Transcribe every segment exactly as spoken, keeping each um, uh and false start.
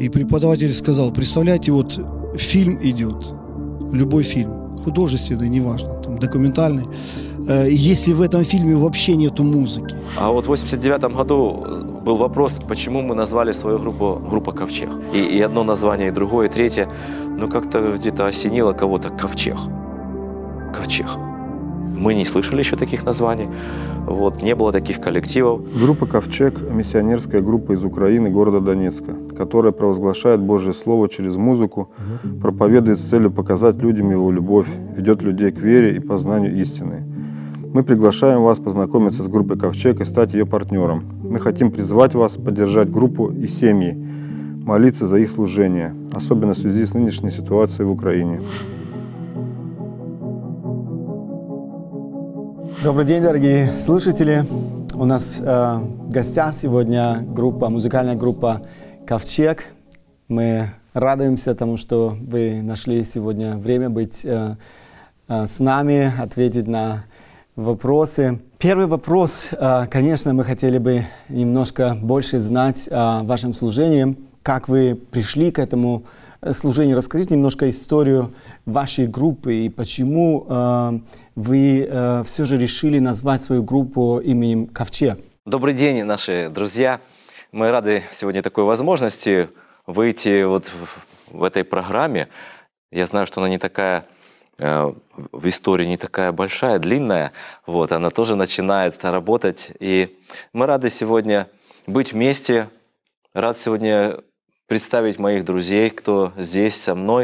И преподаватель сказал, представляете, вот фильм идет, любой фильм, художественный, неважно, там, документальный, э, если в этом фильме вообще нету музыки. А вот в восемьдесят девятом году был вопрос, почему мы назвали свою группу группа «Ковчег». И, и одно название, и другое, и третье, ну как-то где-то осенило кого-то «Ковчег». «Ковчег». Мы не слышали еще таких названий, вот, не было таких коллективов. Группа «Ковчег» – миссионерская группа из Украины, города Донецка, которая провозглашает Божье Слово через музыку, проповедует с целью показать людям Его любовь, ведет людей к вере и познанию истины. Мы приглашаем вас познакомиться с группой «Ковчег» и стать ее партнером. Мы хотим призвать вас поддержать группу и семьи, молиться за их служение, особенно в связи с нынешней ситуацией в Украине. Добрый день, дорогие слушатели. У нас э, в гостях сегодня группа, музыкальная группа «Ковчег». Мы радуемся тому, что вы нашли сегодня время быть э, э, с нами, ответить на вопросы. Первый вопрос, э, конечно, мы хотели бы немножко больше знать о вашем служении, как вы пришли к этому служению. Расскажите немножко историю вашей группы и почему э, вы э, все же решили назвать свою группу именем «Ковчег». Добрый день, наши друзья. Мы рады сегодня такой возможности выйти вот в, в этой программе. Я знаю, что она не такая, э, в истории не такая большая, длинная. Вот, она тоже начинает работать. И мы рады сегодня быть вместе. Рад сегодня представить моих друзей, кто здесь со мной.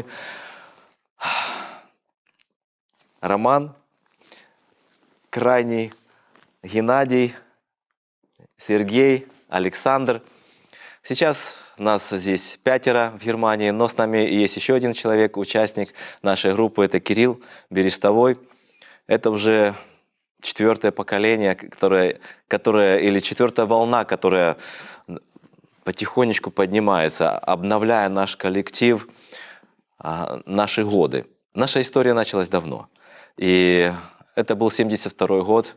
Роман, Крайний, Геннадий, Сергей, Александр. Сейчас нас здесь пятеро в Германии, но с нами есть еще один человек, участник нашей группы, это Кирилл Берестовой. Это уже четвертое поколение, которое, которое, или четвертая волна, которая потихонечку поднимается, обновляя наш коллектив, наши годы. Наша история началась давно. И это был семьдесят второй год.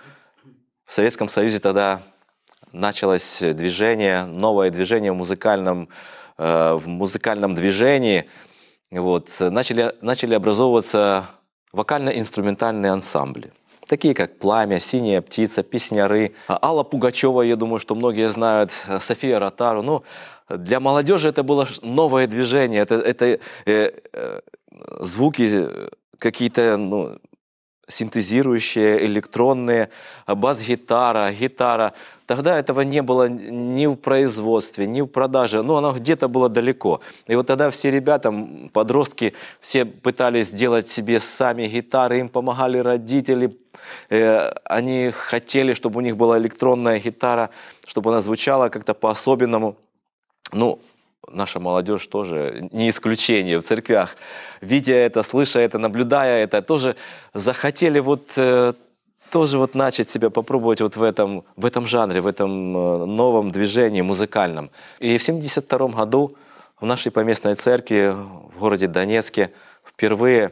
В Советском Союзе тогда началось движение, новое движение в музыкальном, э, в музыкальном движении. Вот. Начали, начали образовываться вокально-инструментальные ансамбли. Такие как «Пламя», «Синяя птица», «Песняры». Алла Пугачева, я думаю, что многие знают, София Ротару. Ну, для молодежи это было новое движение. Это, это э, э, звуки какие-то, ну, синтезирующие, электронные, бас-гитара, гитара. Тогда этого не было ни в производстве, ни в продаже. Ну, оно где-то было далеко. И вот тогда все ребята, подростки, все пытались сделать себе сами гитары, им помогали родители. Э, они хотели, чтобы у них была электронная гитара, чтобы она звучала как-то по-особенному. Ну, наша молодежь тоже не исключение в церквях. Видя это, слыша это, наблюдая это, тоже захотели вот, э, тоже вот начать себя попробовать вот в этом, в этом жанре, в этом э, новом движении музыкальном. И в семьдесят втором году в нашей поместной церкви в городе Донецке впервые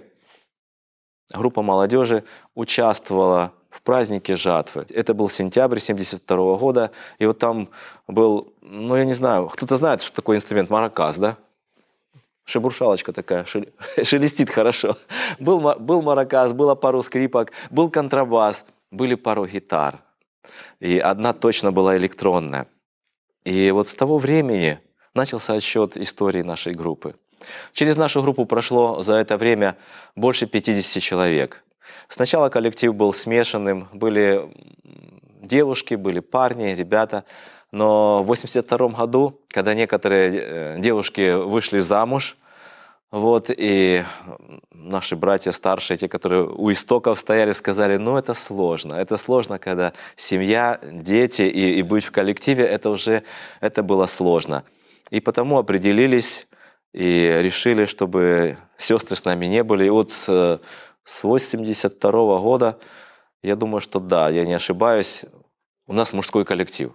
группа молодежи участвовала в празднике жатвы. Это был сентябрь семьдесят второго года, и вот там был, ну я не знаю, кто-то знает, что такое инструмент маракас, да? Шебуршалочка такая, шелестит хорошо. Был, был маракас, было пару скрипок, был контрабас, были пару гитар, и одна точно была электронная. И вот с того времени начался отсчет истории нашей группы. Через нашу группу прошло за это время больше пятидесяти человек. Сначала коллектив был смешанным, были девушки, были парни, ребята. Но в восемьдесят втором году, когда некоторые девушки вышли замуж, вот, и наши братья старшие, те, которые у истоков стояли, сказали, ну это сложно, это сложно, когда семья, дети и, и быть в коллективе, это уже это было сложно. И потому определились и решили, чтобы сестры с нами не были. И вот с восемьдесят второго года, я думаю, что да, я не ошибаюсь, у нас мужской коллектив.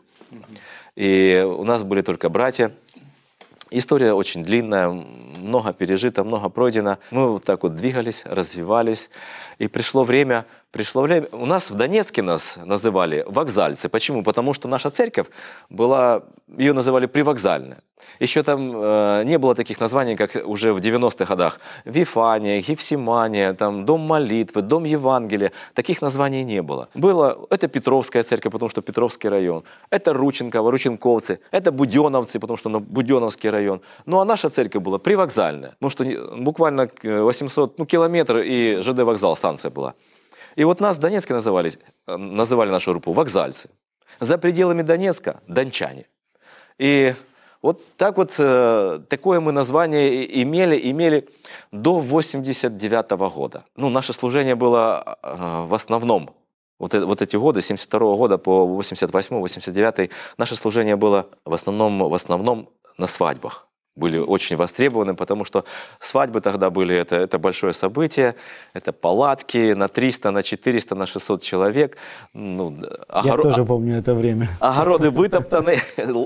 И у нас были только братья. История очень длинная, много пережито, много пройдено. Мы вот так вот двигались, развивались. И пришло время, пришло время... У нас в Донецке нас называли вокзальцы. Почему? Потому что наша церковь была, ее называли привокзальная. Еще там э, не было таких названий, как уже в девяностых годах. Вифания, Гефсимания, там, Дом молитвы, Дом Евангелия. Таких названий не было. Было, это Петровская церковь, потому что Петровский район. Это Рученково, Рученковцы. Это Буденовцы, потому что Буденовский район. Ну а наша церковь была привокзальная. Потому что буквально восемьсот ну, километров и ЖД вокзал, станция была. И вот нас в Донецке называли, называли нашу группу вокзальцы. За пределами Донецка – дончане. И вот так вот, э, такое мы название имели, имели до восемьдесят девятого года. Ну, наше служение было э, в основном, вот, э, вот эти годы, с семьдесят второго года по восемьдесят восьмой — восемьдесят девятый, наше служение было в основном, в основном на свадьбах. Были очень востребованы, потому что свадьбы тогда были, это, это большое событие, это палатки на триста, на четыреста, на шестьсот человек. Ну, огоро... Я тоже помню это время. Огороды вытоптаны,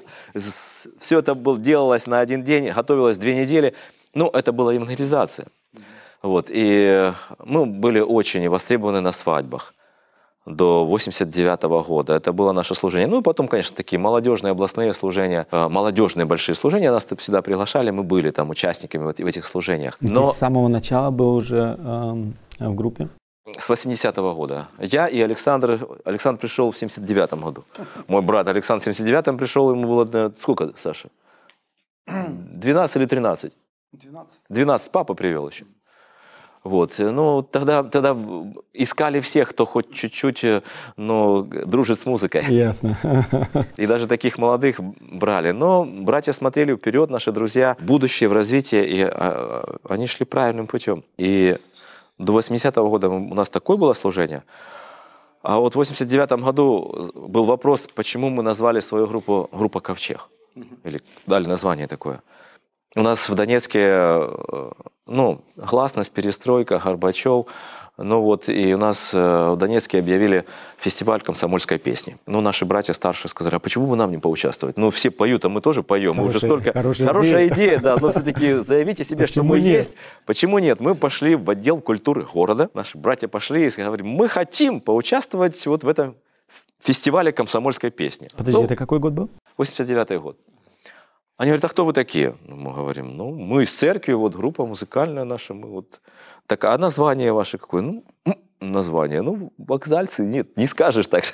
все это было, делалось на один день, готовилось две недели. Ну, это была евангелизация. Вот, и мы были очень востребованы на свадьбах до восемьдесят девятого года. Это было наше служение. Ну и потом, конечно, такие молодежные областные служения, молодежные большие служения. Нас всегда приглашали, мы были там участниками в этих служениях. Но... Ты с самого начала был уже эм, в группе? С восьмидесятого года. Я и Александр. Александр пришел в семьдесят девятом году. Мой брат Александр в семьдесят девятом пришел, ему было... Сколько, Саша? двенадцать или тринадцать? двенадцать. двенадцать папа привел еще. Вот, ну, тогда, тогда искали всех, кто хоть чуть-чуть, ну, дружит с музыкой. Ясно. И даже таких молодых брали. Но братья смотрели вперед, наши друзья, будущее в развитии, и а, они шли правильным путем. И до восьмидесятого года у нас такое было служение. А вот в восемьдесят девятом году был вопрос, почему мы назвали свою группу группа «Ковчег». Или дали название такое. У нас в Донецке, ну, гласность, перестройка, Горбачев. Ну вот, и у нас в Донецке объявили фестиваль комсомольской песни. Ну, наши братья старшие сказали, а почему бы нам не поучаствовать? Ну, все поют, а мы тоже поем. Хорошая, мы уже столько... Хорошая, хорошая идея. идея, да. Но все-таки заявите себе, что мы есть. Почему нет? Мы пошли в отдел культуры города. Наши братья пошли и сказали, мы хотим поучаствовать вот в этом фестивале комсомольской песни. Подожди, ну, это какой год был? восемьдесят девятый год. Они говорят, а кто вы такие? Мы говорим, ну, мы из церкви, вот группа музыкальная наша, мы вот... Так, а название ваше какое? Ну, название, ну, вокзальцы, нет, не скажешь так.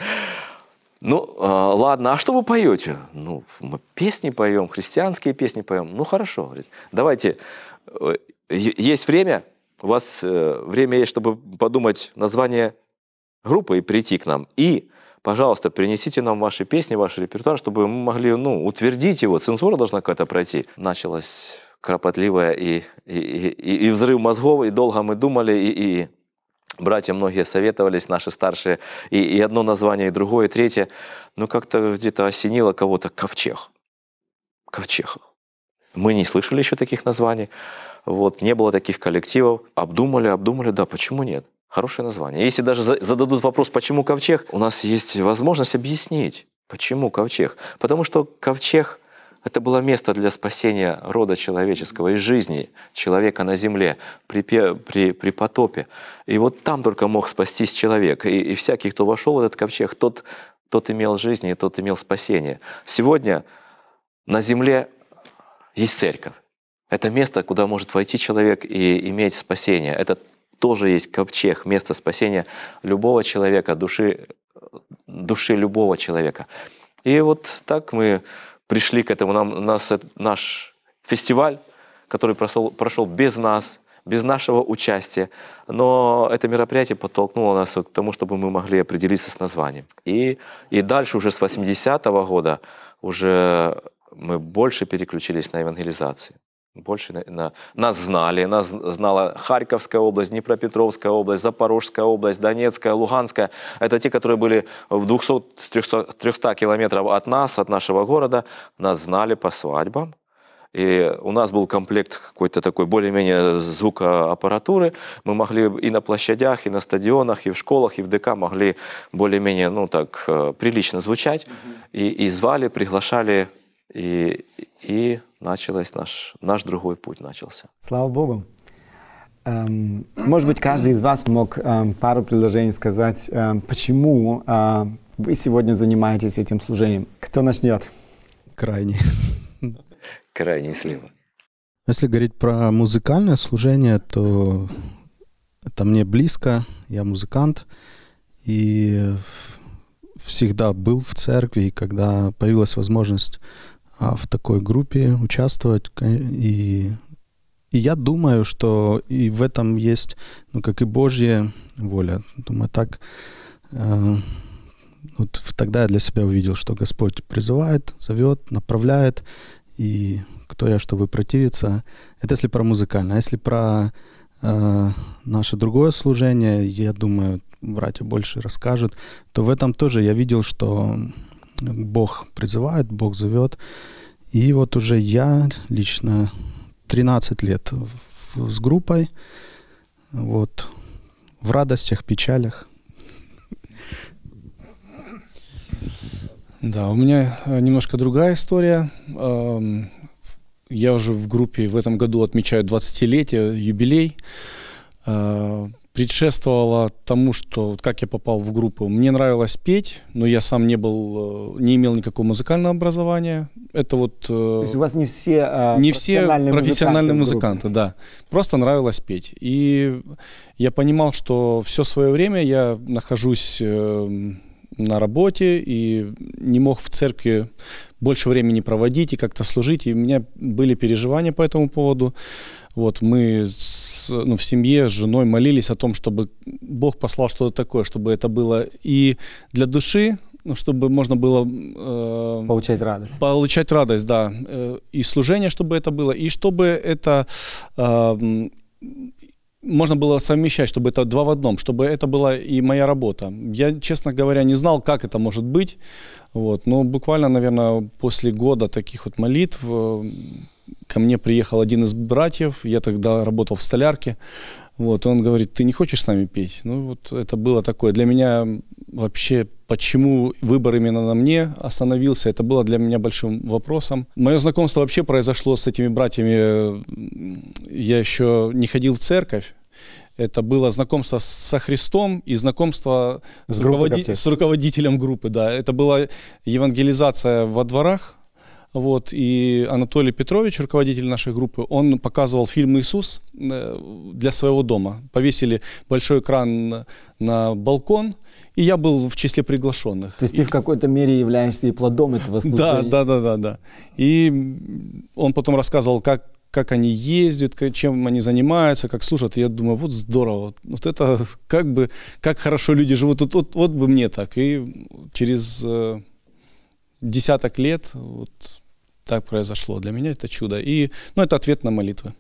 Ну, а, ладно, а что вы поете? Ну, мы песни поем, христианские песни поем. Ну, хорошо, говорит, давайте, есть время, у вас время есть, чтобы подумать название группы и прийти к нам, и... Пожалуйста, принесите нам ваши песни, ваш репертуар, чтобы мы могли, ну, утвердить его. Цензура должна какая-то пройти. Началась кропотливая и, и, и, и взрыв мозгов, и долго мы думали, и, и братья многие советовались, наши старшие, и, и одно название, и другое, и третье. Но как-то где-то осенило кого-то «Ковчег». «Ковчег». Мы не слышали еще таких названий, вот, не было таких коллективов. Обдумали, обдумали, да, почему нет? Хорошее название. Если даже зададут вопрос, почему ковчег, у нас есть возможность объяснить, почему ковчег. Потому что ковчег – это было место для спасения рода человеческого и жизни человека на земле при, при, при потопе. И вот там только мог спастись человек. И, и всякий, кто вошел в этот ковчег, тот, тот имел жизнь и тот имел спасение. Сегодня на земле есть церковь. Это место, куда может войти человек и иметь спасение. Это тоже есть ковчег, место спасения любого человека, души, души любого человека. И вот так мы пришли к этому. Нам, нас, наш фестиваль, который прошел, прошел без нас, без нашего участия, но это мероприятие подтолкнуло нас к тому, чтобы мы могли определиться с названием. И, и дальше уже с восьмидесятого года уже мы больше переключились на евангелизацию. Больше на, на, нас знали, нас знала Харьковская область, Днепропетровская область, Запорожская область, Донецкая, Луганская. Это те, которые были в двухстах-трехстах километрах от нас, от нашего города. Нас знали по свадьбам. И у нас был комплект какой-то такой более-менее звукоаппаратуры. Мы могли и на площадях, и на стадионах, и в школах, и в ДК могли более-менее, ну так, прилично звучать. И, и звали, приглашали, и... и начался наш, наш другой путь начался. Слава Богу. Эм, может быть, каждый из вас мог эм, пару предложений сказать, эм, почему э, вы сегодня занимаетесь этим служением. Кто начнет? Крайний. крайний слева. Если говорить про музыкальное служение, то это мне близко, я музыкант, и всегда был в церкви, и когда появилась возможность а, в такой группе участвовать, и, и я думаю, что и в этом есть, ну, как и Божья воля. Думаю, так, э, вот тогда я для себя увидел, что Господь призывает, зовет, направляет, и кто я, чтобы противиться. Это если про музыкальное. А если про э, наше другое служение, я думаю, братья больше расскажут, то в этом тоже я видел, что Бог призывает, Бог зовет. И вот уже я лично тринадцать лет в, с группой, вот, в радостях, печалях. Да, у меня немножко другая история. Я уже в группе в этом году отмечаю двадцатилетие, юбилей. Предшествовало тому, что как я попал в группу. Мне нравилось петь, но я сам не был, не имел никакого музыкального образования. Это вот. То есть у вас не все а, не все профессиональные музыканты, музыканты, да. Просто нравилось петь. И я понимал, что все свое время я нахожусь на работе и не мог в церкви больше времени проводить и как-то служить. И у меня были переживания по этому поводу. Вот мы с, ну, в семье с женой молились о том, чтобы Бог послал что-то такое, чтобы это было и для души, ну, чтобы можно было э, получать радость. Получать радость, да. Э, и служение, чтобы это было, и чтобы это э, можно было совмещать, чтобы это два в одном, чтобы это была и моя работа. Я, честно говоря, не знал, как это может быть. Вот. Но буквально, наверное, после года таких вот молитв э, ко мне приехал один из братьев, я тогда работал в столярке. Вот, он говорит: ты не хочешь с нами петь? Ну вот это было такое. Для меня вообще, почему выбор именно на мне остановился, это было для меня большим вопросом. Мое знакомство вообще произошло с этими братьями. Я еще не ходил в церковь. Это было знакомство со Христом и знакомство с, с, руководи... с руководителем группы. Да. Это была евангелизация во дворах. Вот, и Анатолий Петрович, руководитель нашей группы, он показывал фильм «Иисус» для своего дома. Повесили большой экран на балкон, и я был в числе приглашенных. То есть ты в какой-то мере являешься и плодом этого служения? Да, да, да, да, да. И он потом рассказывал, как, как они ездят, чем они занимаются, как служат. И я думаю, вот здорово, вот это как бы, как хорошо люди живут, вот, вот, вот бы мне так. И через десяток лет вот так произошло. Для меня это чудо. И, ну, это ответ на молитвы.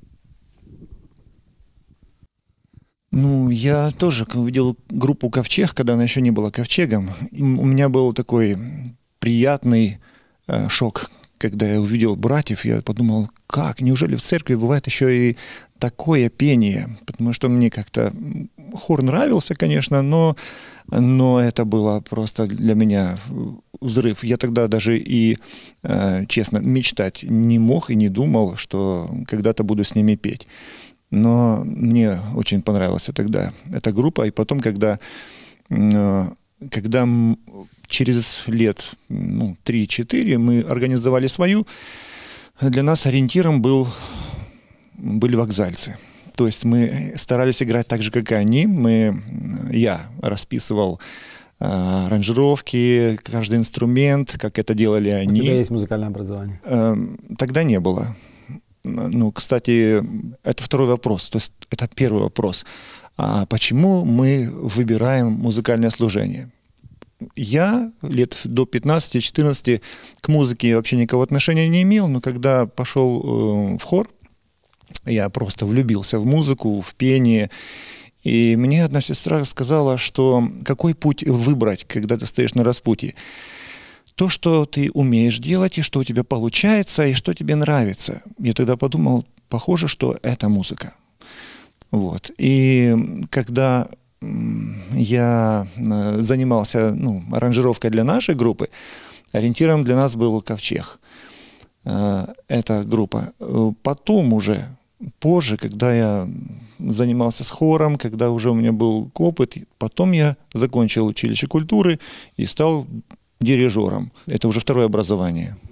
Ну, я тоже увидел группу «Ковчег», когда она еще не была «Ковчегом». И у меня был такой приятный э, шок, когда я увидел братьев. Я подумал, как, неужели в церкви бывает еще и такое пение? Потому что мне как-то хор нравился, конечно, но, но это было просто для меня взрыв. Я тогда даже и, э, честно, мечтать не мог и не думал, что когда-то буду с ними петь. Но мне очень понравилась тогда эта группа. И потом, когда, э, когда через лет ну, три-четыре мы организовали свою, для нас ориентиром был, были вокзальцы. То есть мы старались играть так же, как и они. Мы, я расписывал аранжировки, каждый инструмент, как это делали они. У тебя есть музыкальное образование? Тогда не было. Ну, кстати, это второй вопрос. То есть это первый вопрос. А почему мы выбираем музыкальное служение? Я лет до пятнадцати-четырнадцати к музыке вообще никакого отношения не имел, но когда пошел в хор, я просто влюбился в музыку, в пение. И мне одна сестра сказала, что какой путь выбрать, когда ты стоишь на распутье. То, что ты умеешь делать, и что у тебя получается, и что тебе нравится. Я тогда подумал, похоже, что это музыка. Вот. И когда я занимался ну, аранжировкой для нашей группы, ориентиром для нас был «Ковчег». Эта группа. Потом уже, позже, когда я занимался с хором, когда уже у меня был опыт, потом я закончил училище культуры и стал дирижером. Это уже второе образование.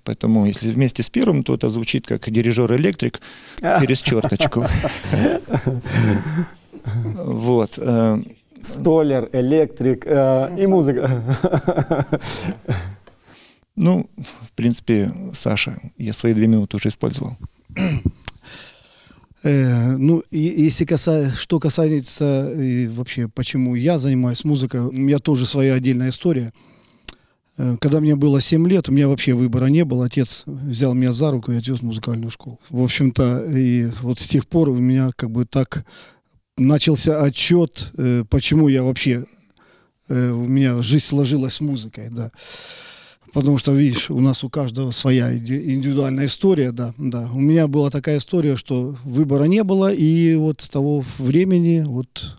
Поэтому если вместе с первым, то это звучит как дирижер-электрик через черточку. Вот. Столяр, электрик э, и музыка. Ну, в принципе, Саша, я свои две минуты уже использовал. Э, ну, и, если каса... что касается и вообще, почему я занимаюсь музыкой, у меня тоже своя отдельная история. Э, когда мне было семь лет, у меня вообще выбора не было. Отец взял меня за руку и отвез в музыкальную школу. В общем-то, и вот с тех пор у меня как бы так начался отчет, э, почему я вообще, э, у меня жизнь сложилась с музыкой, да. Потому что, видишь, у нас у каждого своя индивидуальная история, да, да. У меня была такая история, что выбора не было, и вот с того времени вот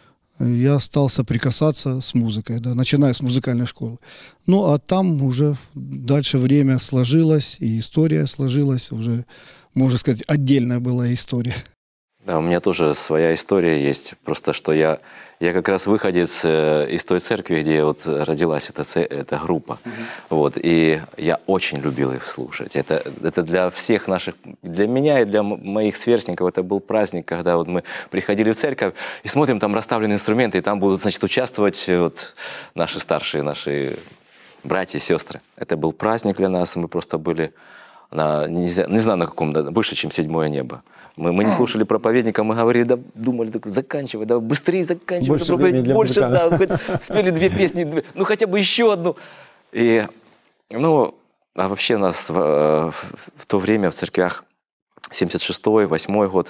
я стал соприкасаться с музыкой, да, начиная с музыкальной школы. Ну, а там уже дальше время сложилось, и история сложилась, уже, можно сказать, отдельная была история. Да, у меня тоже своя история есть, просто что я, я как раз выходец э, из той церкви, где вот родилась эта, эта группа, mm-hmm. вот, и я очень любил их слушать. Это, это для всех наших, для меня и для моих сверстников это был праздник, когда вот мы приходили в церковь и смотрим, там расставлены инструменты, и там будут, значит, участвовать вот наши старшие, наши братья и сестры. Это был праздник для нас, мы просто были на, не, не знаю на каком, да, выше, чем седьмое небо. Мы, мы не слушали проповедника, мы говорили, да, думали, так, заканчивай, да, быстрее заканчивай. Больше времени для больше, музыка. да, хоть спели две песни, две, ну хотя бы еще одну. И, ну, а вообще у нас в, в то время в церквях семьдесят шестой, восьмой год,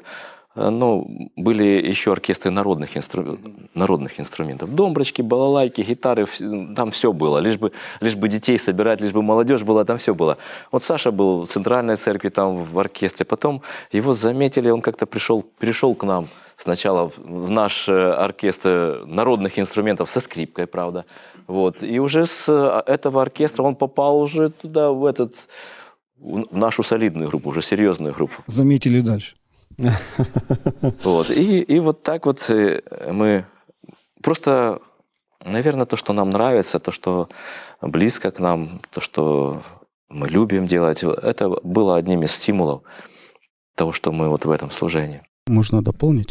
ну, были еще оркестры народных, инстру... народных инструментов. Домброчки, балалайки, гитары, там все было. Лишь бы, лишь бы детей собирать, лишь бы молодежь была, там все было. Вот Саша был в центральной церкви, там в оркестре. Потом его заметили, он как-то пришел, перешел к нам. Сначала в наш оркестр народных инструментов со скрипкой, правда. Вот. И уже с этого оркестра он попал уже туда, в, этот, в нашу солидную группу, уже серьезную группу. Заметили дальше. Вот. И, и вот так вот мы просто, наверное, то, что нам нравится, то, что близко к нам, то, что мы любим делать, это было одним из стимулов того, что мы вот в этом служении. Можно дополнить.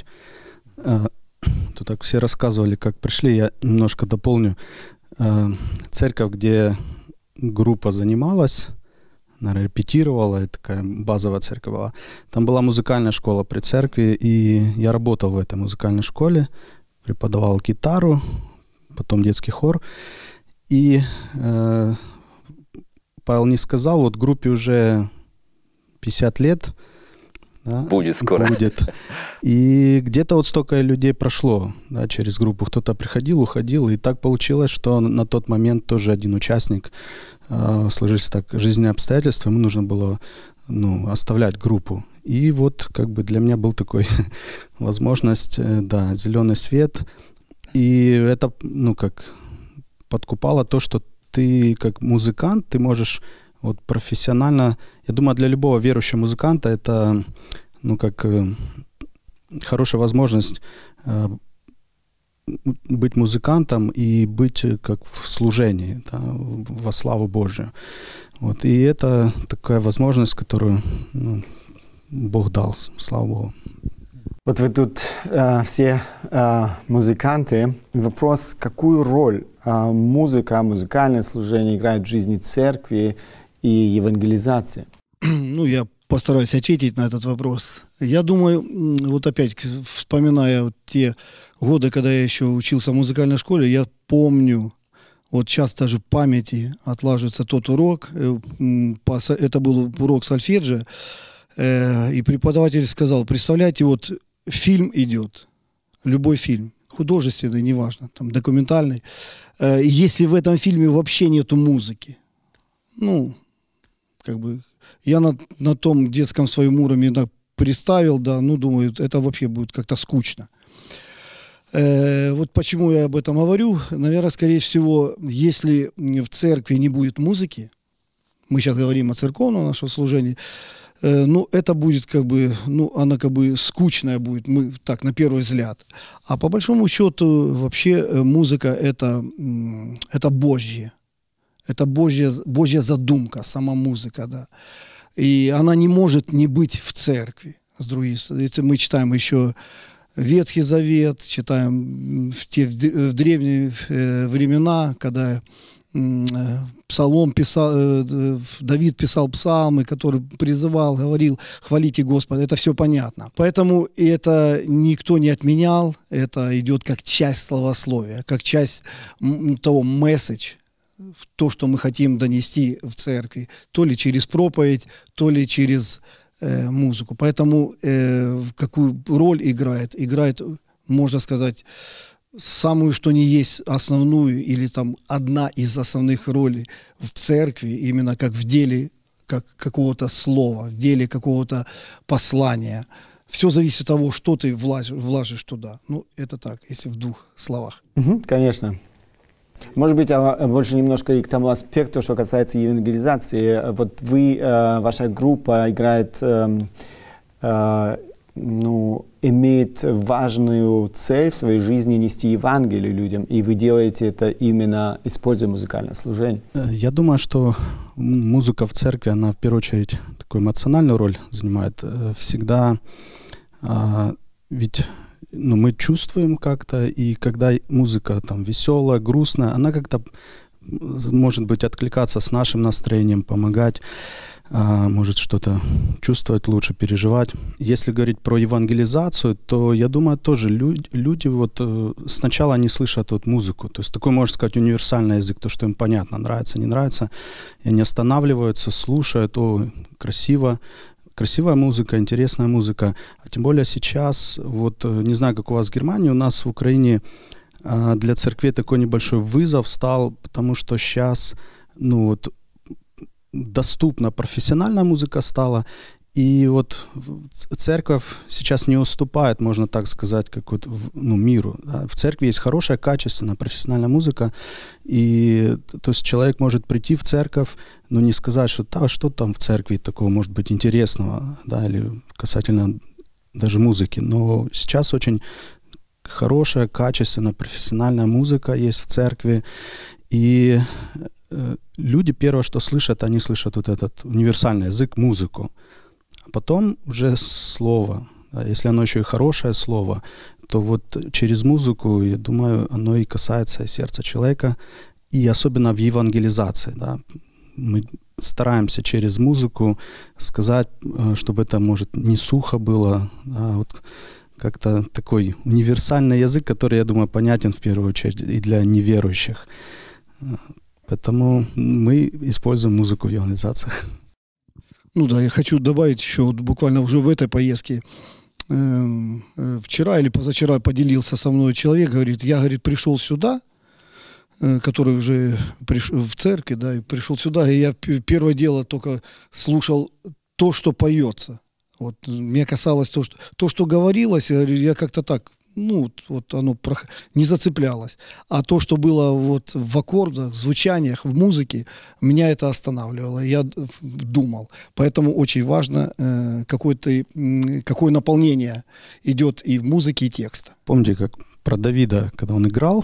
Тут так все рассказывали, как пришли. Я немножко дополню. Церковь, где группа занималась, наверное, репетировала, это такая базовая церковь была. Там была музыкальная школа при церкви, и я работал в этой музыкальной школе, преподавал гитару, потом детский хор. И э, Павел не сказал, вот группе уже пятьдесят лет. Да, будет скоро. Будет. И где-то вот столько людей прошло, да, через группу. Кто-то приходил, уходил. И так получилось, что на тот момент тоже один участник, э, сложились так жизненные обстоятельства, ему нужно было, ну, оставлять группу. И вот как бы для меня был такой возможность, э, да, зеленый свет. И это, ну, как подкупало то, что ты как музыкант, ты можешь вот профессионально, я думаю, для любого верующего музыканта это, ну, как э, хорошая возможность э, быть музыкантом и быть как в служении, да, во славу Божию. Вот. И это такая возможность, которую, ну, Бог дал, слава Богу. Вот вы тут э, все э, музыканты. Вопрос, какую роль э, музыка, музыкальное служение играет в жизни церкви и евангелизации? Ну, я постараюсь ответить на этот вопрос. Я думаю, вот опять вспоминая вот те годы, когда я еще учился в музыкальной школе, я помню, вот сейчас даже в памяти отлаживается тот урок, это был урок сольфеджио, и преподаватель сказал, представляете, вот фильм идет, любой фильм, художественный, неважно, там, документальный, если в этом фильме вообще нету музыки, ну, как бы, я на, на том детском своем уровне, да, представил, да, ну, думаю, это вообще будет как-то скучно. Э, вот почему я об этом говорю. Наверное, скорее всего, если в церкви не будет музыки, мы сейчас говорим о церковном нашем служении, э, ну, это будет как бы, ну, она как бы скучная будет, мы, так, на первый взгляд. А по большому счету, вообще, музыка это, это Божье. Это Божья, Божья задумка, сама музыка, да. И она не может не быть в церкви. С другой стороны, если мы читаем еще Ветхий Завет, читаем в те в древние времена, когда Псалом писал, Давид писал псалмы, который призывал, говорил, хвалите Господа, это все понятно. Поэтому это никто не отменял, это идет как часть словословия, как часть того месседж, то, что мы хотим донести в церкви, то ли через проповедь, то ли через э, музыку. Поэтому э, какую роль играет? Играет, можно сказать, самую, что не есть основную, или там одна из основных ролей в церкви, именно как в деле как какого-то слова, в деле какого-то послания. Все зависит от того, что ты влазишь, влажишь туда. Ну, это так, если в двух словах. Угу, конечно. Может быть, больше немножко и к тому аспекту, что касается евангелизации. Вот вы, ваша группа играет, ну, имеет важную цель в своей жизни нести Евангелие людям, и вы делаете это именно используя музыкальное служение. Я думаю, что музыка в церкви, она в первую очередь такую эмоциональную роль занимает. Всегда ведь ну, мы чувствуем как-то, и когда музыка там веселая, грустная, она как-то может быть откликаться с нашим настроением, помогать, а, может что-то чувствовать лучше, переживать. Если говорить про евангелизацию, то я думаю, тоже люди, люди вот сначала они слышат вот музыку, то есть такой, можно сказать, универсальный язык, то, что им понятно, нравится, не нравится, и они останавливаются, слушают, о, красиво, красивая музыка, интересная музыка. А тем более сейчас, вот не знаю, как у вас в Германии, у нас в Украине для церкви такой небольшой вызов стал, потому что сейчас ну, вот, доступна профессиональная музыка стала, и вот церковь сейчас не уступает, можно так сказать, как вот, ну, миру. Да? В церкви есть хорошая, качественная, профессиональная музыка, и то есть человек может прийти в церковь, но не сказать, что да, что там в церкви такого может быть интересного, да, или касательно даже музыки. Но сейчас очень хорошая, качественная, профессиональная музыка есть в церкви, и э, люди первое, что слышат, они слышат вот этот универсальный язык, музыку. А потом уже слово. Да, если оно еще и хорошее слово, то вот через музыку, я думаю, оно и касается сердца человека, и особенно в евангелизации. Да. Мы стараемся через музыку сказать, чтобы это, может, не сухо было, а вот как-то такой универсальный язык, который, я думаю, понятен в первую очередь и для неверующих. Поэтому мы используем музыку в евангелизациях. Ну да, я хочу добавить еще, вот буквально уже в этой поездке, э, э, вчера или позавчера поделился со мной человек, говорит, я, говорит, пришел сюда, э, который уже пришел в церкви, да, и пришел сюда, и я первое дело только слушал то, что поется. Вот мне касалось то, что, то, что говорилось, я, я как-то так, ну, вот оно не зацеплялось. А то, что было вот в аккордах, в звучаниях, в музыке, меня это останавливало. Я думал. Поэтому очень важно, э, какое-то, э, какое наполнение идет и в музыке, и текста. Помните, как про Давида, когда он играл,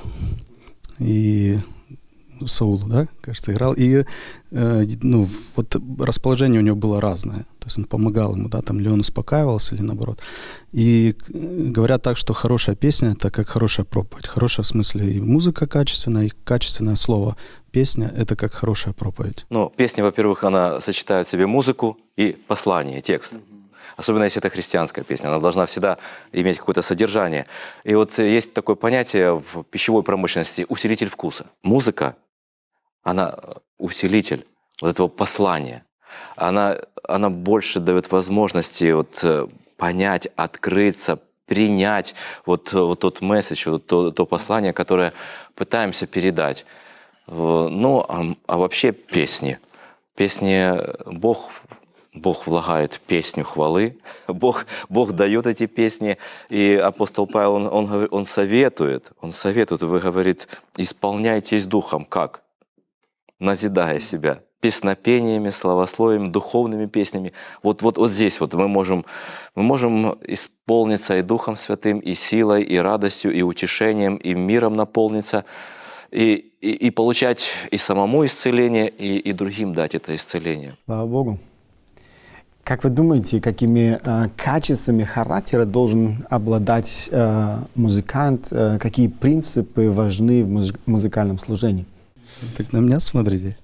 и Саулу, да, кажется, играл, и э, ну, вот расположение у него было разное. То есть он помогал ему, да, там, ли он успокаивался, или наоборот. И говорят так, что хорошая песня — это как хорошая проповедь. Хорошая в смысле и музыка качественная, и качественное слово. Песня — это как хорошая проповедь. Ну, песня, во-первых, она сочетает в себе музыку и послание, текст. Особенно если это христианская песня, она должна всегда иметь какое-то содержание. И вот есть такое понятие в пищевой промышленности — усилитель вкуса. Музыка, она усилитель вот этого послания. Она, она больше дает возможности вот, понять, открыться, принять вот, вот тот месседж, вот то, то послание, которое пытаемся передать. Ну, а, а вообще песни. Песни Бог, Бог влагает песню хвалы, Бог, Бог дает эти песни. И апостол Павел, он, он, он советует, он советует, вы говорит, исполняйтесь духом. Как? Назидая себя песнопениями, славословиями, духовными песнями. Вот, вот, вот здесь вот мы можем, мы можем исполниться и Духом Святым, и силой, и радостью, и утешением, и миром наполниться. и, и, и получать и самому исцеление, и, и другим дать это исцеление. Слава Богу. Как вы думаете, какими э, качествами характера должен обладать э, музыкант? Э, какие принципы важны в муз- музыкальном служении? Так на меня смотрите.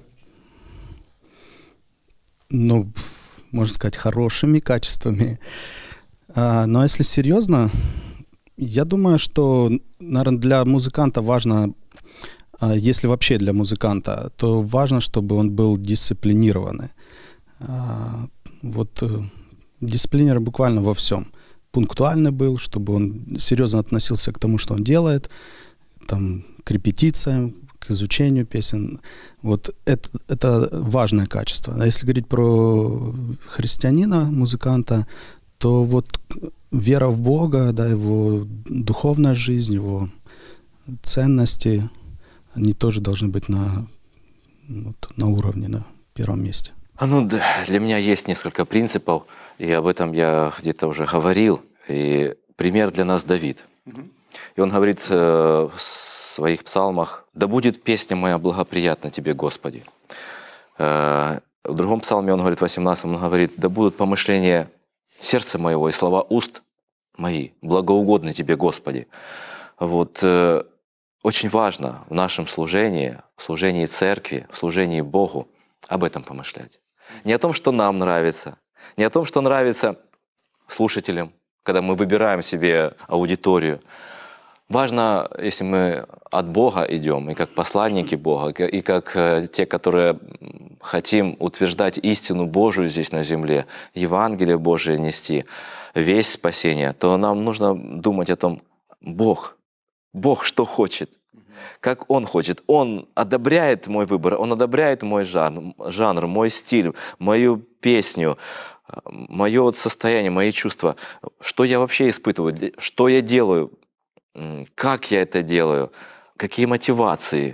Ну, можно сказать, хорошими качествами. А, но если серьезно, я думаю, что, наверное, для музыканта важно, а, если вообще для музыканта, то важно, чтобы он был дисциплинированный. А, вот дисциплинирован буквально во всем. Пунктуальный был, чтобы он серьезно относился к тому, что он делает, там, к репетициям, к изучению песен. Вот это, это важное качество. А если говорить про христианина, музыканта, то вот вера в Бога, да, его духовная жизнь, его ценности, они тоже должны быть на, вот, на уровне, на первом месте. Ну, для меня есть несколько принципов, и об этом я где-то уже говорил. И пример для нас Давид. И он говорит э, в своих псалмах: «Да будет песня моя благоприятна тебе, Господи». Э, в другом псалме он говорит, в восемнадцатом, он говорит: «Да будут помышления сердца моего и слова уст мои благоугодны тебе, Господи». Вот, э, очень важно в нашем служении, в служении церкви, в служении Богу об этом помышлять. Не о том, что нам нравится, не о том, что нравится слушателям, когда мы выбираем себе аудиторию. Важно, если мы от Бога идем, и как посланники Бога, и как те, которые хотим утверждать истину Божию здесь на земле, Евангелие Божие нести, весть спасения, то нам нужно думать о том: Бог, Бог что хочет, как Он хочет. Он одобряет мой выбор, Он одобряет мой жанр, жанр мой стиль, мою песню, мое состояние, мои чувства. Что я вообще испытываю, что я делаю, как я это делаю, какие мотивации,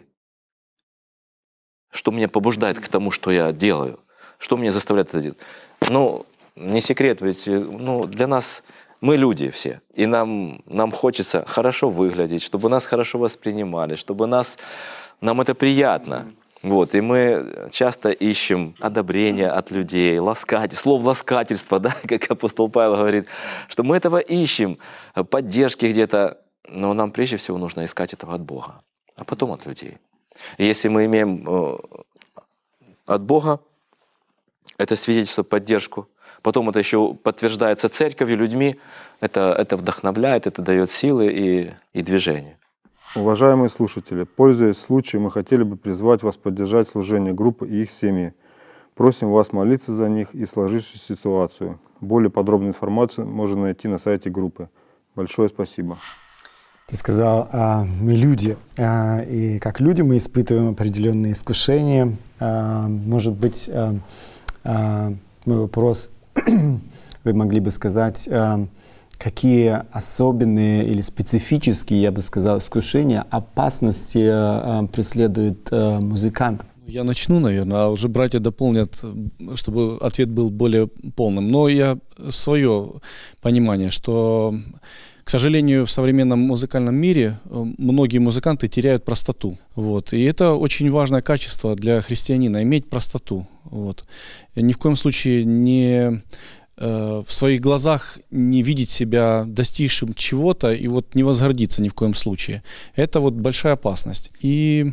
что меня побуждает к тому, что я делаю, что меня заставляет это делать. Ну, не секрет, ведь ну, для нас мы люди все, и нам, нам хочется хорошо выглядеть, чтобы нас хорошо воспринимали, чтобы нас, нам это приятно. Вот, и мы часто ищем одобрения от людей, ласкать, слово ласкательство, да, как апостол Павел говорит, что мы этого ищем, поддержки где-то, но нам прежде всего нужно искать этого от Бога, а потом от людей. И если мы имеем э, от Бога это свидетельство, поддержку, потом это еще подтверждается церковью, людьми, это, это вдохновляет, это дает силы и, и движение. Уважаемые слушатели, пользуясь случаем, мы хотели бы призвать вас поддержать служение группы и их семьи. Просим вас молиться за них и сложившуюся ситуацию. Более подробную информацию можно найти на сайте группы. Большое спасибо. Ты сказал, а, мы люди, а, и как люди мы испытываем определенные искушения. А, может быть, а, а, мой вопрос, вы могли бы сказать, а, какие особенные или специфические, я бы сказал, искушения, опасности а, преследуют а, музыкантов? Я начну, наверное, а уже братья дополнят, чтобы ответ был более полным. Но я свое понимание, что, к сожалению, в современном музыкальном мире многие музыканты теряют простоту. Вот. И это очень важное качество для христианина, иметь простоту. Вот. И ни в коем случае не э, в своих глазах не видеть себя достигшим чего-то и вот не возгордиться ни в коем случае. Это вот большая опасность. И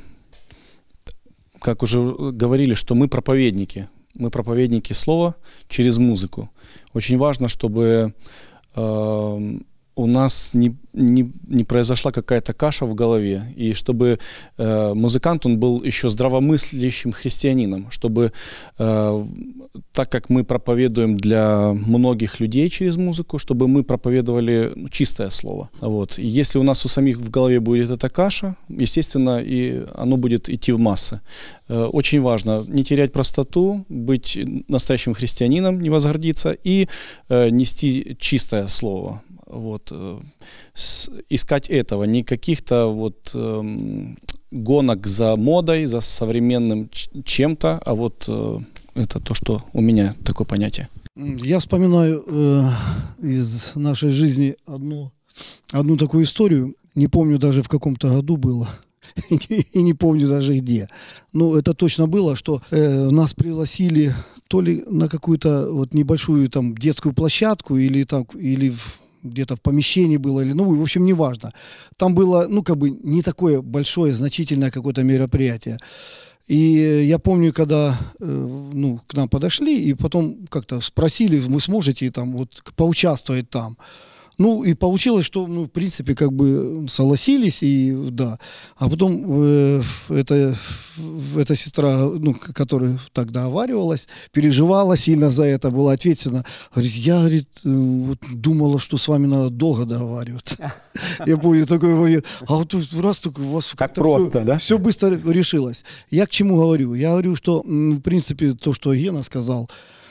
как уже говорили, что мы проповедники. Мы проповедники слова через музыку. Очень важно, чтобы э, у нас не, не, не произошла какая-то каша в голове, и чтобы э, музыкант, он был еще здравомыслящим христианином, чтобы, э, так как мы проповедуем для многих людей через музыку, чтобы мы проповедовали чистое слово. Вот. И если у нас у самих в голове будет эта каша, естественно, и оно будет идти в массы. Э, очень важно не терять простоту, быть настоящим христианином, не возгордиться, и э, нести чистое слово. Вот, э, с, искать этого, не каких-то вот э, гонок за модой, за современным чем-то, а вот э, это то, что у меня такое понятие. Я вспоминаю э, из нашей жизни одну, одну такую историю, не помню даже в каком-то году было. и не помню даже где. Но это точно было, что э, нас пригласили то ли на какую-то вот небольшую там детскую площадку, или там, или в, где-то в помещении было, или, ну, в общем, неважно. Там было, ну, как бы не такое большое, значительное какое-то мероприятие. И я помню, когда э, ну, к нам подошли, и потом как-то спросили, вы сможете там вот поучаствовать там. Ну, и получилось, что, ну, в принципе, как бы согласились, и да. А потом э, эта, эта сестра, ну, которая тогда оваривалась, переживала сильно за это, была ответственна. Говорит, я, говорит, вот, думала, что с вами надо долго договариваться. Я помню такой момент. А вот раз только у вас... Как просто, да? Все быстро решилось. Я к чему говорю? Я говорю, что, в принципе, то, что Гена сказал,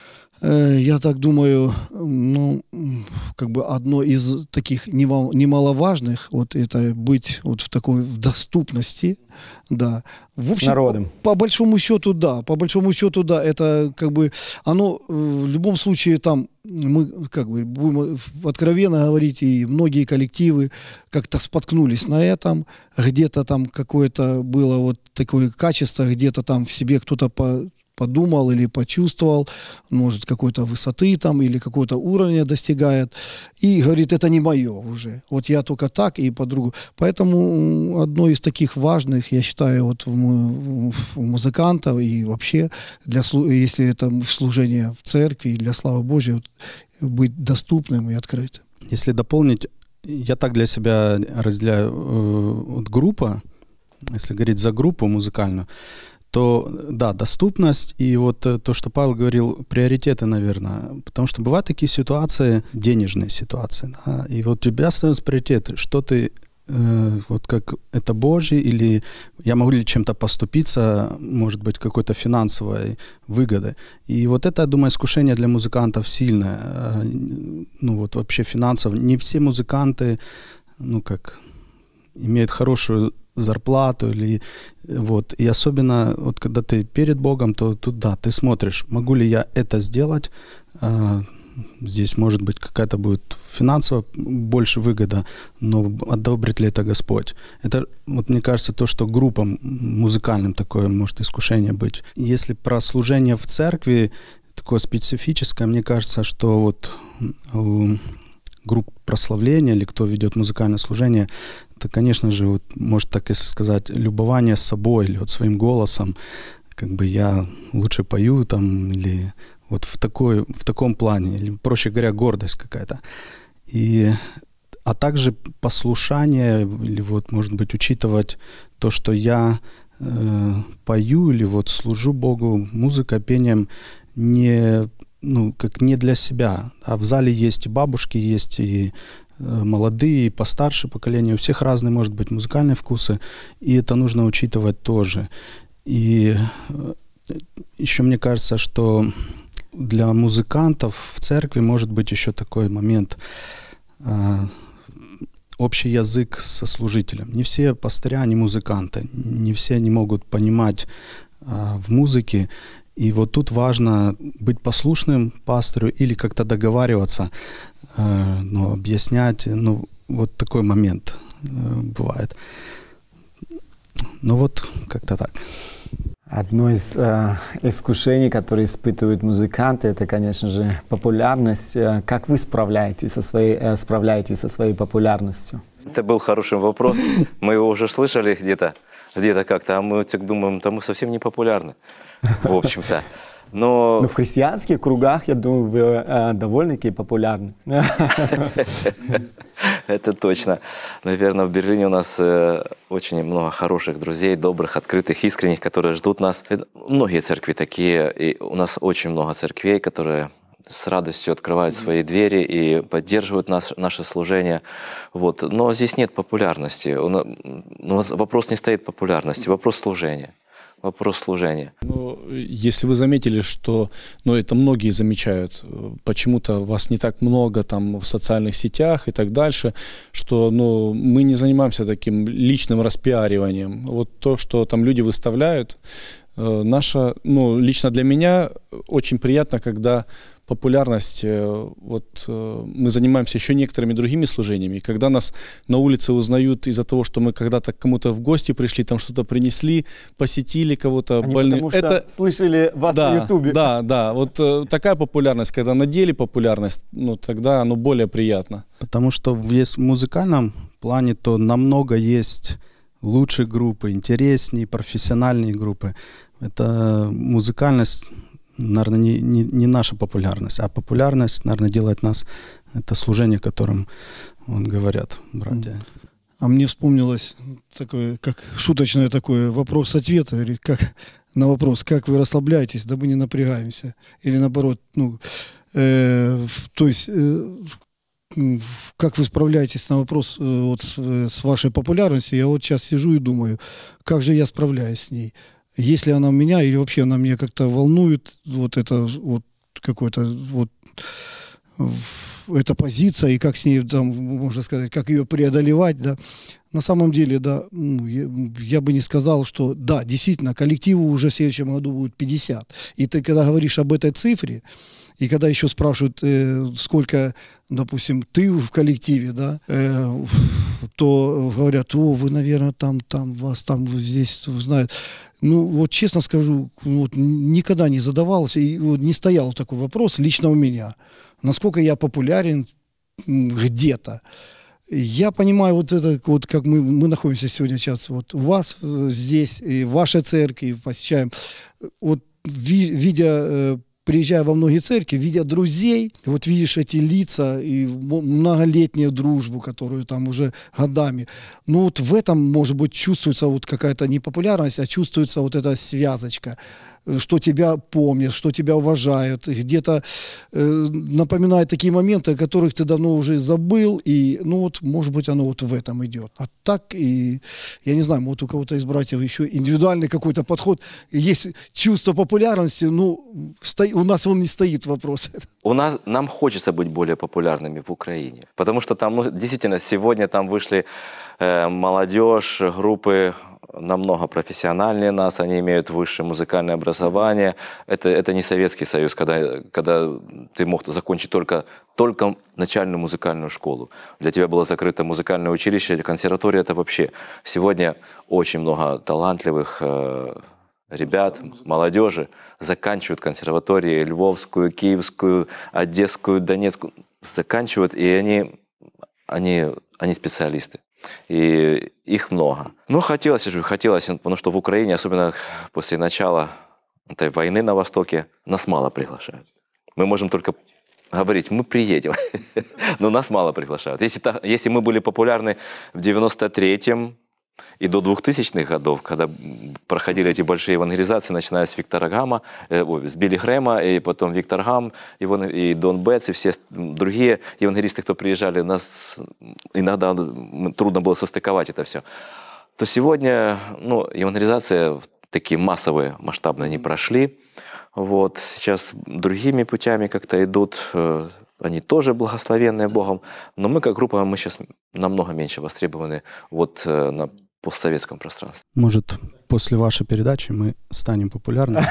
я так думаю, ну, как бы одно из таких немаловажных, вот это быть вот в такой в доступности, да. В общем, с народом. По, по большому счету, да, по большому счету, да, это как бы, оно в любом случае там, мы как бы будем откровенно говорить, и многие коллективы как-то споткнулись на этом, где-то там какое-то было вот такое качество, где-то там в себе кто-то по подумал или почувствовал, может, какой-то высоты там или какого-то уровня достигает, и говорит, это не мое уже, вот я только так и по-другому. Поэтому одно из таких важных, я считаю, вот у музыкантов и вообще, для, если это служение в церкви, для славы Божьей, вот, быть доступным и открытым. Если дополнить, я так для себя разделяю, вот группа, если говорить за группу музыкальную, то, да, доступность и вот то, что Павел говорил, приоритеты, наверное. Потому что бывают такие ситуации, денежные ситуации, да, и вот у тебя становится приоритет, что ты, э, вот как это Божье, или я могу ли чем-то поступиться, может быть, какой-то финансовой выгоды. И вот это, я думаю, искушение для музыкантов сильное. Ну вот вообще финансово. Не все музыканты, ну как, имеют хорошую зарплату, или вот, и особенно вот когда ты перед Богом, то тут да, ты смотришь, могу ли я это сделать, а, здесь может быть какая-то будет финансовая больше выгода, но одобрит ли это Господь? Это, вот мне кажется, то, что группам музыкальным такое может искушение быть. Если про служение в церкви, такое специфическое, мне кажется, что вот у групп прославления или кто ведет музыкальное служение, то, конечно же, вот, может так, если сказать, любование собой или вот своим голосом, как бы я лучше пою там, или вот в, такой, в таком плане, или, проще говоря, гордость какая-то. И, а также послушание, или вот, может быть, учитывать то, что я э, пою или вот служу Богу музыкой, пением, не, ну, как не для себя. А в зале есть и бабушки, есть и молодые, постарше поколения, у всех разные, может быть, музыкальные вкусы, и это нужно учитывать тоже. И еще мне кажется, что для музыкантов в церкви может быть еще такой момент, общий язык со служителем. Не все пастыря, они музыканты, не все они могут понимать в музыке. И вот тут важно быть послушным пастору или как-то договариваться, э, ну, объяснять. Ну, вот такой момент э, бывает. Ну вот, как-то так. Одно из э, искушений, которые испытывают музыканты, это, конечно же, популярность. Как вы справляетесь со своей, э, справляетесь со своей популярностью? Это был хороший вопрос. Мы его уже слышали где-то, где-то как-то, а мы так думаем, да мы совсем не популярны. В общем-то. Но... Но в христианских кругах, я думаю, вы э, довольно-таки популярны. Это точно. Наверное, в Берлине у нас э, очень много хороших друзей, добрых, открытых, искренних, которые ждут нас. Многие церкви такие, и у нас очень много церквей, которые с радостью открывают свои двери и поддерживают нас, наше служение. Вот. Но здесь нет популярности. У нас вопрос не стоит популярности, вопрос служения. Вопрос служения. Ну, если вы заметили, что, ну, это многие замечают, почему-то вас не так много там в социальных сетях и так дальше, что, ну, мы не занимаемся таким личным распиариванием. Вот то, что там люди выставляют, э, наша, ну, лично для меня очень приятно, когда популярность. Вот мы занимаемся еще некоторыми другими служениями. Когда нас на улице узнают из-за того, что мы когда-то к кому-то в гости пришли, там что-то принесли, посетили кого-то больных. Потому что это слышали вас да, на Ютубе. Да, да. Вот э, такая популярность, когда на деле популярность, ну тогда оно более приятно. Потому что в, есть в музыкальном плане, то намного есть лучшие группы, интереснее, профессиональные группы. Это музыкальность, наверное, не, не, не наша популярность, а популярность, наверное, делает нас, это служение, о котором вот, говорят братья. А мне вспомнилось такое, как шуточное такое, вопрос-ответ, как на вопрос, как вы расслабляетесь, да мы не напрягаемся. Или наоборот, ну, э, то есть, э, как вы справляетесь на вопрос э, вот, с, с вашей популярностью, я вот сейчас сижу и думаю, как же я справляюсь с ней. Если она меня или вообще она меня как-то волнует, вот это вот какой-то вот эта позиция и как с ней, там, можно сказать, как ее преодолевать, да. На самом деле, да, ну, я, я бы не сказал, что да, действительно, коллективу уже в следующем году будет пятьдесят. И ты когда говоришь об этой цифре, и когда еще спрашивают, э, сколько, допустим, ты в коллективе, да, э, то говорят, о, вы, наверное, там, там, вас там, здесь знают. Ну, вот честно скажу, вот, никогда не задавался, и вот, не стоял такой вопрос лично у меня. Насколько я популярен где-то. Я понимаю вот это, вот как мы, мы находимся сегодня сейчас, вот у вас здесь, и в вашей церкви посещаем, вот ви, видя, э, приезжая во многие церкви, видя друзей, вот видишь эти лица и многолетнюю дружбу, которую там уже годами, ну вот в этом, может быть, чувствуется вот какая-то не популярность, а чувствуется вот эта связочка, что тебя помнят, что тебя уважают, где-то э, напоминает такие моменты, о которых ты давно уже забыл, и, ну вот, может быть, оно вот в этом идет. А так, и, я не знаю, вот у кого-то из братьев еще индивидуальный какой-то подход, есть чувство популярности, ну, сто, у нас он не стоит вопрос. У нас, нам хочется быть более популярными в Украине, потому что там, ну, действительно, сегодня там вышли э, молодежь, группы, намного профессиональнее нас, они имеют высшее музыкальное образование. Это, это не Советский Союз, когда, когда ты мог закончить только, только начальную музыкальную школу. Для тебя было закрыто музыкальное училище, консерватория это вообще. Сегодня очень много талантливых э, ребят, молодежи заканчивают консерватории Львовскую, Киевскую, Одесскую, Донецкую. Заканчивают, и они, они, они специалисты. И их много. Но хотелось же, хотелось, потому что в Украине, особенно после начала этой войны на Востоке, нас мало приглашают. Мы можем только говорить, мы приедем, но нас мало приглашают. Если, если мы были популярны в девяносто третьем и до двухтысячных годов, когда проходили эти большие евангелизации, начиная с Виктора Гама, э, с Билли Грэма, и потом Виктор Гам, и Дон Бетс, и все другие евангелисты, кто приезжали, нас иногда трудно было состыковать это все. То сегодня, ну, евангелизация такие массовые, масштабные не прошли. Вот. Сейчас другими путями как-то идут, э, они тоже благословенные Богом, но мы как группа, мы сейчас намного меньше востребованы вот э, на постсоветском пространстве. Может, после вашей передачи мы станем популярными?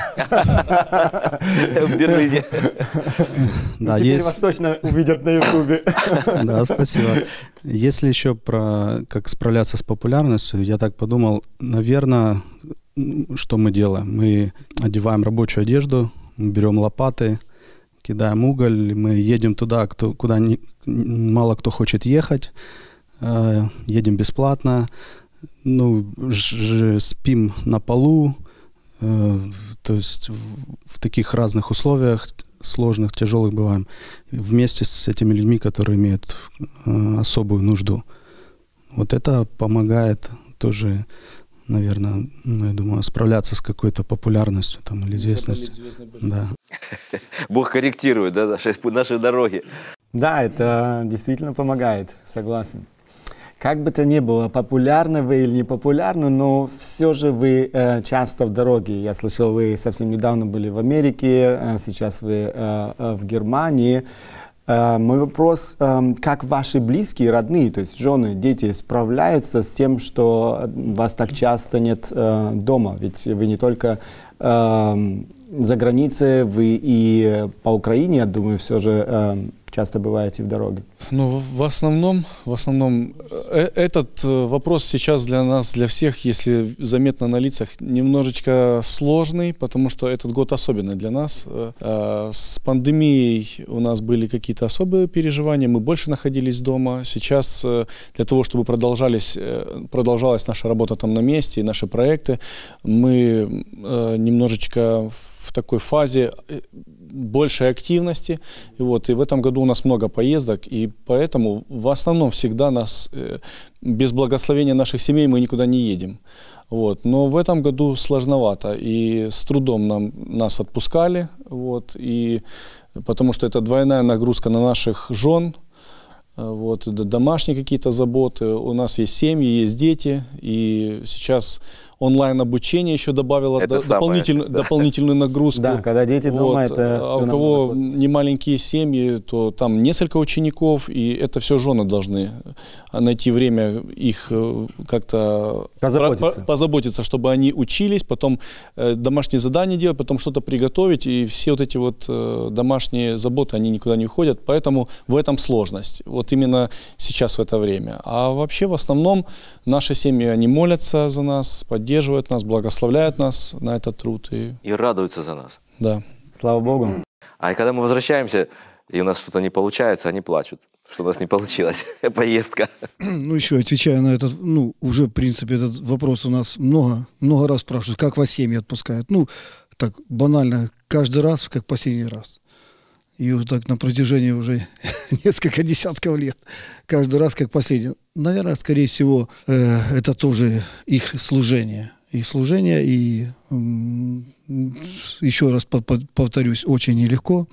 В Берлине. Да, теперь вас точно увидят на Ютубе. Да, спасибо. Если еще про как справляться с популярностью, я так подумал, наверное, что мы делаем? Мы одеваем рабочую одежду, берем лопаты, кидаем уголь, мы едем туда, кто, куда не, мало кто хочет ехать, э, едем бесплатно, ну, ж, ж, спим на полу, э, то есть в, в таких разных условиях, сложных, тяжелых бываем, вместе с этими людьми, которые имеют э, особую нужду. Вот это помогает тоже, наверное, ну, я думаю, справляться с какой-то популярностью там, или известностью. Да. Бог корректирует, да, наши, наши дороги. Да, это действительно помогает, согласен. Как бы то ни было, популярны вы или не популярны, но все же вы э, часто в дороге. Я слышал, вы совсем недавно были в Америке, э, сейчас вы э, э, в Германии. Э, мой вопрос, э, как ваши близкие, родные, то есть жены, дети, справляются с тем, что вас так часто нет э, дома? Ведь вы не только э, за границей, вы и по Украине, я думаю, все же э, часто бываете в дороге. Ну, в основном, в основном э этот вопрос сейчас для нас, для всех, если заметно на лицах, немножечко сложный, потому что этот год особенный для нас. Э с пандемией у нас были какие-то особые переживания, мы больше находились дома. Сейчас э для того, чтобы продолжались, э продолжалась наша работа там на месте и наши проекты, мы э немножечко в такой фазе большей активности. И, вот, и в этом году у нас много поездок, и поэтому в основном всегда нас, э, без благословения наших семей мы никуда не едем. Вот. Но в этом году сложновато, и с трудом нам, нас отпускали, вот, и, потому что это двойная нагрузка на наших жен, вот, домашние какие-то заботы, у нас есть семьи, есть дети, и сейчас онлайн-обучение еще добавило до, дополнительную, да. дополнительную нагрузку. Да, когда дети дома, вот. это А у кого не маленькие семьи, то там несколько учеников, и это все жены должны найти время их как-то позаботиться. позаботиться, чтобы они учились, потом домашние задания делать, потом что-то приготовить, и все вот эти вот домашние заботы, они никуда не уходят, поэтому в этом сложность, вот именно сейчас в это время. А вообще в основном наши семьи, они молятся за нас, поддерживают поддерживают нас, благословляют нас на этот труд. И, и радуются за нас. Да. Слава Богу. А когда мы возвращаемся, и у нас что-то не получается, они плачут, что у нас не получилась поездка. Ну, еще отвечая на этот, ну, уже, в принципе, этот вопрос у нас много, много раз спрашивают, как вас семьи отпускают. Ну, так банально, каждый раз, как последний раз. И вот так на протяжении уже несколько десятков лет. Каждый раз как последний. Наверное, скорее всего, э, это тоже их служение. Их служение. И э, еще раз повторюсь, очень нелегко.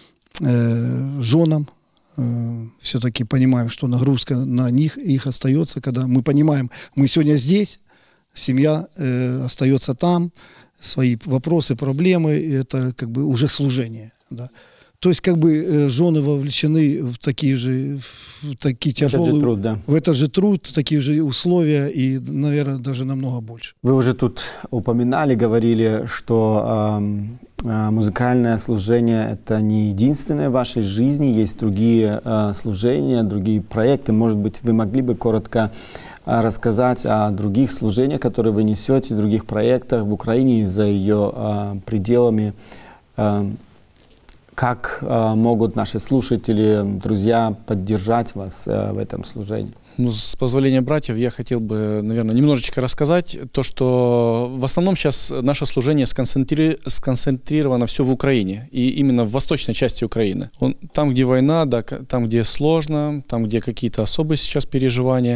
Э, женам э, все-таки понимаем, что нагрузка на них, их остается, когда мы понимаем, мы сегодня здесь, семья э, остается там, свои вопросы, проблемы, это как бы уже служение, да. То есть как бы э, жены вовлечены в такие же, в такие тяжелые, этот же труд, да. в этот же труд, в такие же условия и, наверное, даже намного больше. Вы уже тут упоминали, говорили, что э, э, музыкальное служение – это не единственное в вашей жизни, есть другие э, служения, другие проекты. Может быть, вы могли бы коротко э, рассказать о других служениях, которые вы несете, других проектах в Украине и за ее э, пределами. Э, Как э, могут наши слушатели, друзья поддержать вас э, в этом служении? Ну, с позволения братьев, я хотел бы, наверное, немножечко рассказать то, что в основном сейчас наше служение сконцентри... сконцентрировано все в Украине, и именно в восточной части Украины. Он, там, где война, да, там, где сложно, там, где какие-то особые сейчас переживания.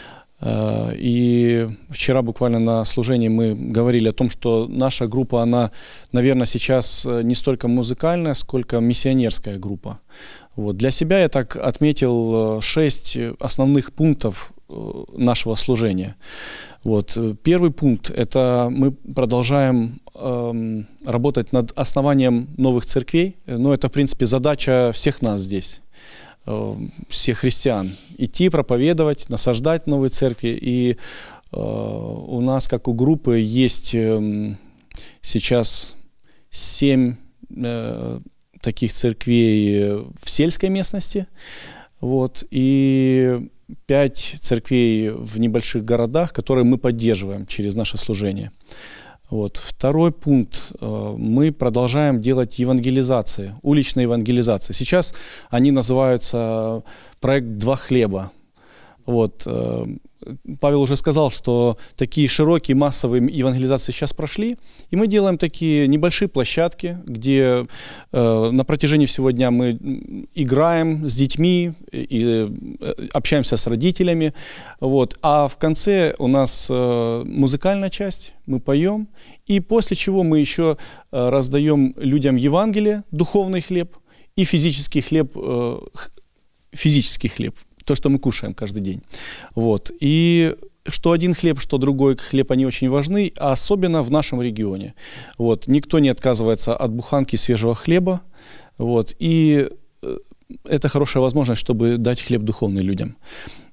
И вчера буквально на служении мы говорили о том, что наша группа, она, наверное, сейчас не столько музыкальная, сколько миссионерская группа. Вот. Для себя я так отметил шесть основных пунктов нашего служения. Вот. Первый пункт – это мы продолжаем э, работать над основанием новых церквей. Ну, это, в принципе, задача всех нас здесь, всех христиан, идти, проповедовать, насаждать новые церкви. И э, у нас, как у группы, есть э, сейчас семь э, таких церквей в сельской местности, вот, и пять церквей в небольших городах, которые мы поддерживаем через наше служение. Вот. Второй пункт. Мы продолжаем делать евангелизации, уличные евангелизации. Сейчас они называются проект «Два хлеба». Вот. Павел уже сказал, что такие широкие массовые евангелизации сейчас прошли, и мы делаем такие небольшие площадки, где э, на протяжении всего дня мы играем с детьми и общаемся с родителями, вот. А в конце у нас э, музыкальная часть, мы поем, и после чего мы еще э, раздаем людям Евангелие, духовный хлеб и физический хлеб, э, физический хлеб. То, что мы кушаем каждый день. Вот. И что один хлеб, что другой хлеб, они очень важны, а особенно в нашем регионе. Вот. Никто не отказывается от буханки свежего хлеба. Вот. И это хорошая возможность, чтобы дать хлеб духовный людям.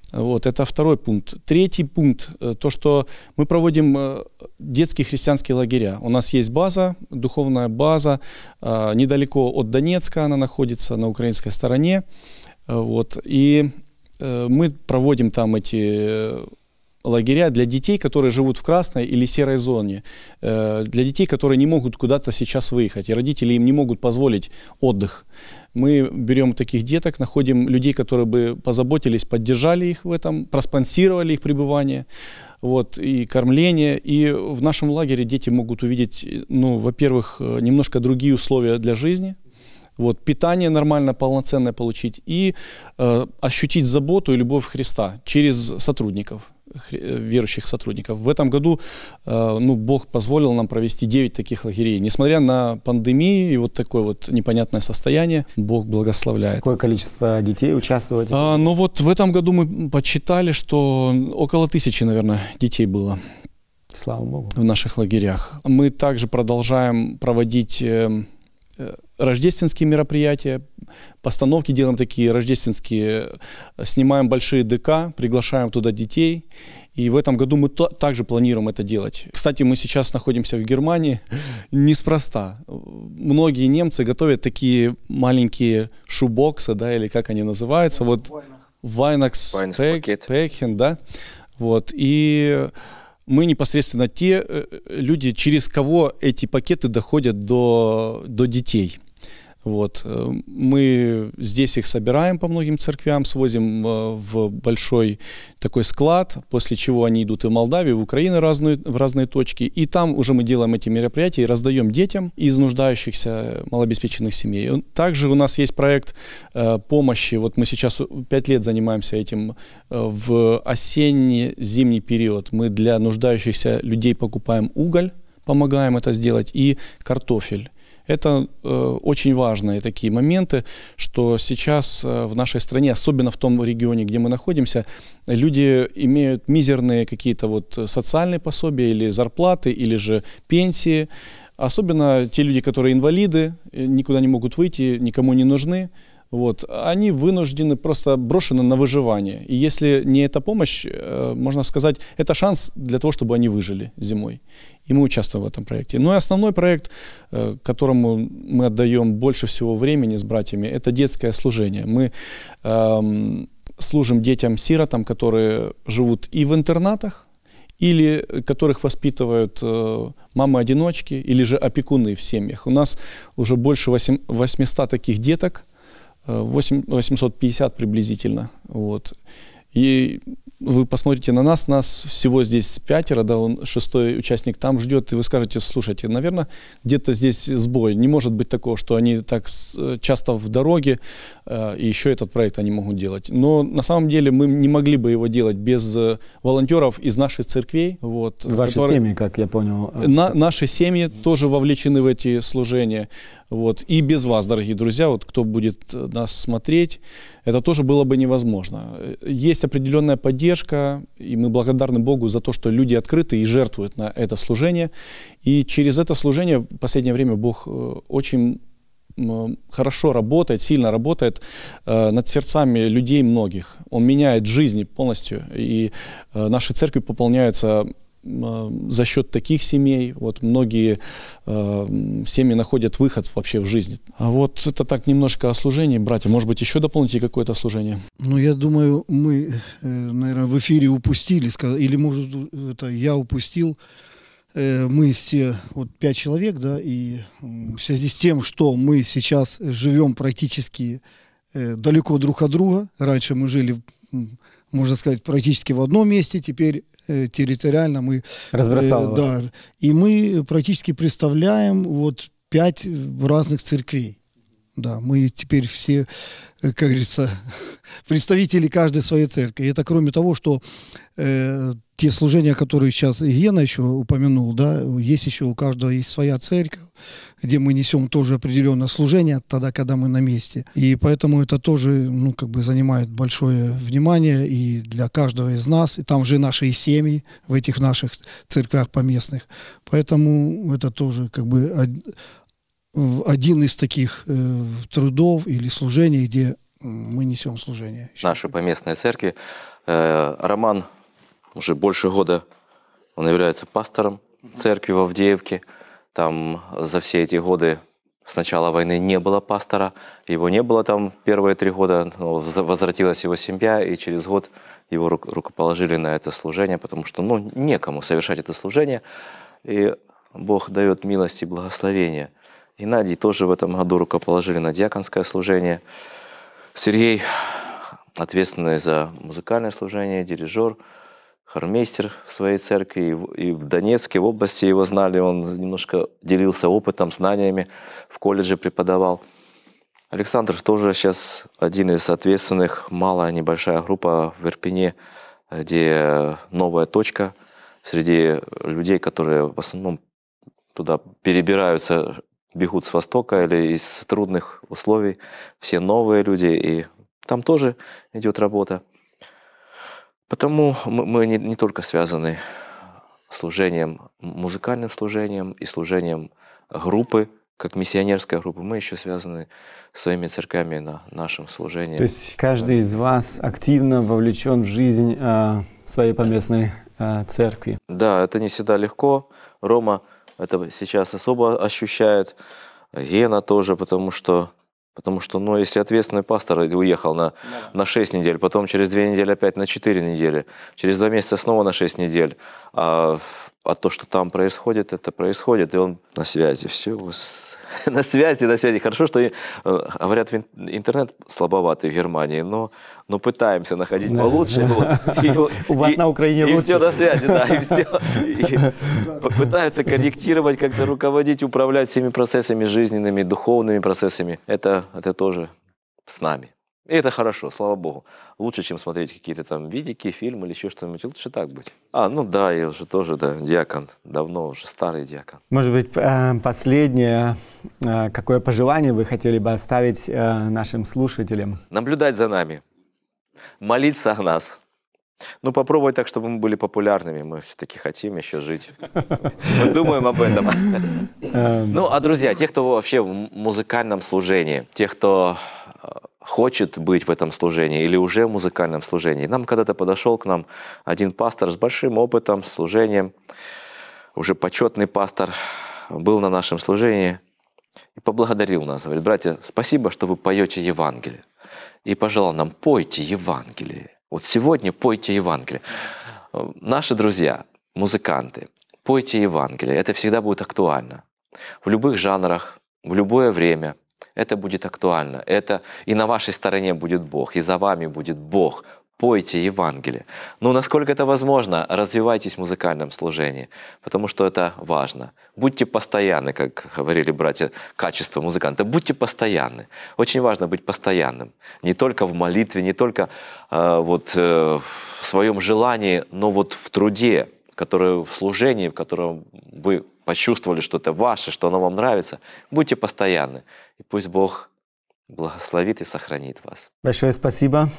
Вот, это второй пункт. Третий пункт, то, что мы проводим детские христианские лагеря. У нас есть база, духовная база, недалеко от Донецка она находится, на украинской стороне. Вот, и мы проводим там эти лагеря для детей, которые живут в красной или серой зоне, для детей, которые не могут куда-то сейчас выехать, и родители им не могут позволить отдых. Мы берем таких деток, находим людей, которые бы позаботились, поддержали их в этом, проспонсировали их пребывание, вот, и кормление. И в нашем лагере дети могут увидеть, ну, во-первых, немножко другие условия для жизни, вот, питание нормально, полноценное получить и э, ощутить заботу и любовь Христа через сотрудников, верующих сотрудников. В этом году э, ну, Бог позволил нам провести девять таких лагерей. Несмотря на пандемию и вот такое вот непонятное состояние, Бог благословляет. Какое количество детей участвует? А, ну вот в этом году мы подсчитали, что около тысячи, наверное, детей было. Слава Богу. В наших лагерях. Мы также продолжаем проводить э, рождественские мероприятия, постановки делаем такие рождественские, снимаем большие ДК, приглашаем туда детей. И в этом году мы то, также планируем это делать. Кстати, мы сейчас находимся в Германии неспроста. Многие немцы готовят такие маленькие шубоксы, да, или как они называются, вот Вайнакс Пекхен, да, вот, и мы непосредственно те люди, через кого эти пакеты доходят до, до детей. Вот. Мы здесь их собираем по многим церквям, свозим в большой такой склад, после чего они идут и в Молдавию, в Украину разные, в разные точки. И там уже мы делаем эти мероприятия и раздаем детям из нуждающихся малообеспеченных семей. Также у нас есть проект помощи. Вот мы сейчас пять лет занимаемся этим. В осенне-зимний период мы для нуждающихся людей покупаем уголь, помогаем это сделать, и картофель. Это э, очень важные такие моменты, что сейчас э, в нашей стране, особенно в том регионе, где мы находимся, люди имеют мизерные какие-то вот социальные пособия или зарплаты, или же пенсии. Особенно те люди, которые инвалиды, никуда не могут выйти, никому не нужны. Вот, они вынуждены, просто брошены на выживание. И если не эта помощь, можно сказать, это шанс для того, чтобы они выжили зимой. И мы участвуем в этом проекте. Ну и основной проект, которому мы отдаем больше всего времени с братьями, это детское служение. Мы эм, служим детям-сиротам, которые живут и в интернатах, или которых воспитывают э, мамы-одиночки, или же опекуны в семьях. У нас уже больше восемьсот таких деток, восемьсот пятьдесят приблизительно. Вот. И вы посмотрите на нас, нас всего здесь пятеро, да, он шестой участник там ждет, и вы скажете, слушайте, наверное, где-то здесь сбой. Не может быть такого, что они так часто в дороге, э, и еще этот проект они могут делать. Но на самом деле мы не могли бы его делать без волонтеров из наших церквей. Вот, Ваши которые... семьи, как я понял. На, наши семьи тоже вовлечены в эти служения. Вот. И без вас, дорогие друзья, вот кто будет нас смотреть, это тоже было бы невозможно. Есть определенная поддержка, и мы благодарны Богу за то, что люди открыты и жертвуют на это служение. И через это служение в последнее время Бог очень хорошо работает, сильно работает над сердцами людей многих. Он меняет жизни полностью, и наши церкви пополняются за счет таких семей. Вот многие э, семьи находят выход вообще в жизни. А вот это так немножко о служении, братья. Может быть, еще дополните какое-то служение? Ну, я думаю, мы, наверное, в эфире упустили, или, может, это я упустил. Мы все, вот пять человек, да, и в связи с тем, что мы сейчас живем практически далеко друг от друга. Раньше мы жили, можно сказать, практически в одном месте, теперь э, территориально мы... Разбросало э, да, и мы практически представляем вот пять разных церквей. Да, мы теперь все, как говорится, представители каждой своей церкви. И это кроме того, что э, те служения, которые сейчас Гена еще упомянул, да, есть еще у каждого есть своя церковь, где мы несем тоже определенное служение тогда, когда мы на месте. И поэтому это тоже, ну, как бы занимает большое внимание и для каждого из нас. И там же наши семьи в этих наших церквях поместных. Поэтому это тоже как бы один из таких э, трудов или служений, где мы несем служение. Нашей поместной церкви. Роман уже больше года, он является пастором церкви в Авдеевке. Там за все эти годы с начала войны не было пастора. Его не было там первые три года. Возвратилась его семья, и через год его рукоположили на это служение, потому что ну, некому совершать это служение. И Бог дает милость и благословение. Геннадий тоже в этом году рукоположили на диаконское служение. Сергей, ответственный за музыкальное служение, дирижер, хормейстер своей церкви. И в Донецке, в области его знали, он немножко делился опытом, знаниями, в колледже преподавал. Александр тоже сейчас один из ответственных, малая, небольшая группа в Ирпене, где новая точка среди людей, которые в основном туда перебираются, бегут с востока или из трудных условий. Все новые люди, и там тоже идет работа. Потому мы не, не только связаны с служением, музыкальным служением и служением группы, как миссионерская группа, мы еще связаны с своими церквями на нашем служении. То есть каждый из вас активно вовлечен в жизнь э, своей поместной э, церкви? Да, это не всегда легко. Рома это сейчас особо ощущает, Гена тоже, потому что, потому что ну, если ответственный пастор уехал на, на шесть недель, потом через две недели опять на четыре недели, через два месяца снова на шесть недель, а, а то, что там происходит, это происходит, и он на связи, все, на связи, на связи. Хорошо, что, говорят, интернет слабоватый в Германии, но, но пытаемся находить да. получше. Вот. У вас на Украине лучше. И все на связи, да. И все, и пытаются корректировать, как-то руководить, управлять всеми процессами жизненными, духовными процессами. Это, это тоже с нами. И это хорошо, слава Богу. Лучше, чем смотреть какие-то там видики, фильмы или еще что-нибудь. Лучше так быть. А, ну да, я уже тоже, да, диакон. Давно уже, старый диакон. Может быть, последнее, какое пожелание вы хотели бы оставить нашим слушателям? Наблюдать за нами. Молиться о нас. Ну, попробовать так, чтобы мы были популярными. Мы все-таки хотим еще жить. Мы думаем об этом. Ну, а друзья, те, кто вообще в музыкальном служении, те, кто хочет быть в этом служении или уже в музыкальном служении. Нам когда-то подошел к нам один пастор с большим опытом, служением, уже почетный пастор, был на нашем служении и поблагодарил нас. Говорит: братья, спасибо, что вы поете Евангелие. И пожелал нам: пойте Евангелие. Вот сегодня пойте Евангелие. Наши друзья, музыканты, пойте Евангелие. Это всегда будет актуально. В любых жанрах, в любое время. Это будет актуально. Это и на вашей стороне будет Бог, и за вами будет Бог. Пойте Евангелие. Ну, насколько это возможно, развивайтесь в музыкальном служении, потому что это важно. Будьте постоянны, как говорили братья, качество музыканта. Будьте постоянны. Очень важно быть постоянным. Не только в молитве, не только э, вот, э, в своем желании, но вот в труде, который, в служении, в котором вы почувствовали, что это ваше, что оно вам нравится. Будьте постоянны. И пусть Бог благословит и сохранит вас. Большое спасибо.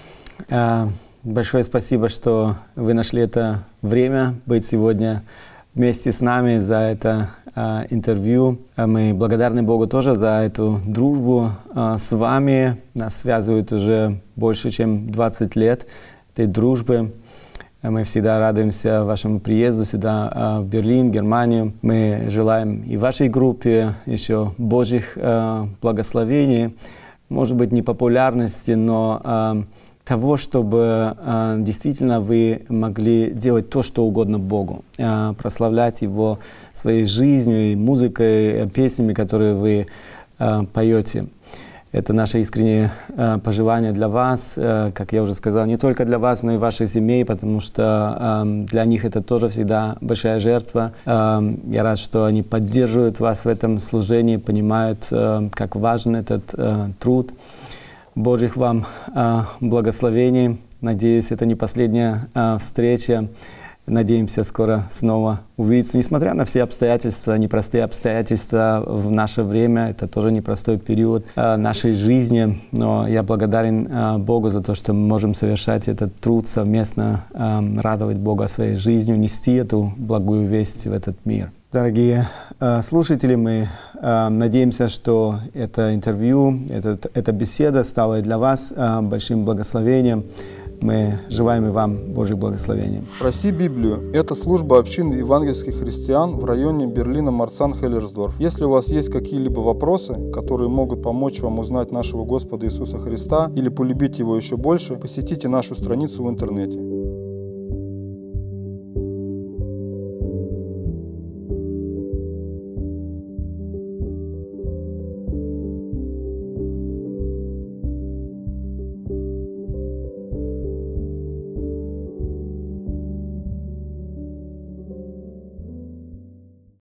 Большое спасибо, что вы нашли это время быть сегодня вместе с нами за это интервью. Мы благодарны Богу тоже за эту дружбу с вами. Нас связывает уже больше, чем двадцать лет этой дружбы. Мы всегда радуемся вашему приезду сюда, в Берлин, Германию. Мы желаем и вашей группе еще Божьих благословений, может быть, не популярности, но того, чтобы действительно вы могли делать то, что угодно Богу, прославлять Его своей жизнью и музыкой, песнями, которые вы поете. Это наше искреннее э, пожелание для вас, э, как я уже сказал, не только для вас, но и ваших семей, потому что э, для них это тоже всегда большая жертва. Э, я рад, что они поддерживают вас в этом служении, понимают, э, как важен этот э, труд. Божьих вам э, благословений. Надеюсь, это не последняя э, встреча надеемся скоро снова увидеться. Несмотря на все обстоятельства, непростые обстоятельства в наше время, это тоже непростой период э, нашей жизни, но я благодарен э, Богу за то, что мы можем совершать этот труд совместно, э, радовать Бога своей жизнью, нести эту благую весть в этот мир. Дорогие э, слушатели, мы э, надеемся, что это интервью, этот, эта беседа стала для вас э, большим благословением. Мы желаем и вам Божьих благословений. «Проси Библию» — это служба общины евангельских христиан в районе Берлина-Марцан-Хеллерсдорф. Если у вас есть какие-либо вопросы, которые могут помочь вам узнать нашего Господа Иисуса Христа или полюбить Его еще больше, посетите нашу страницу в интернете.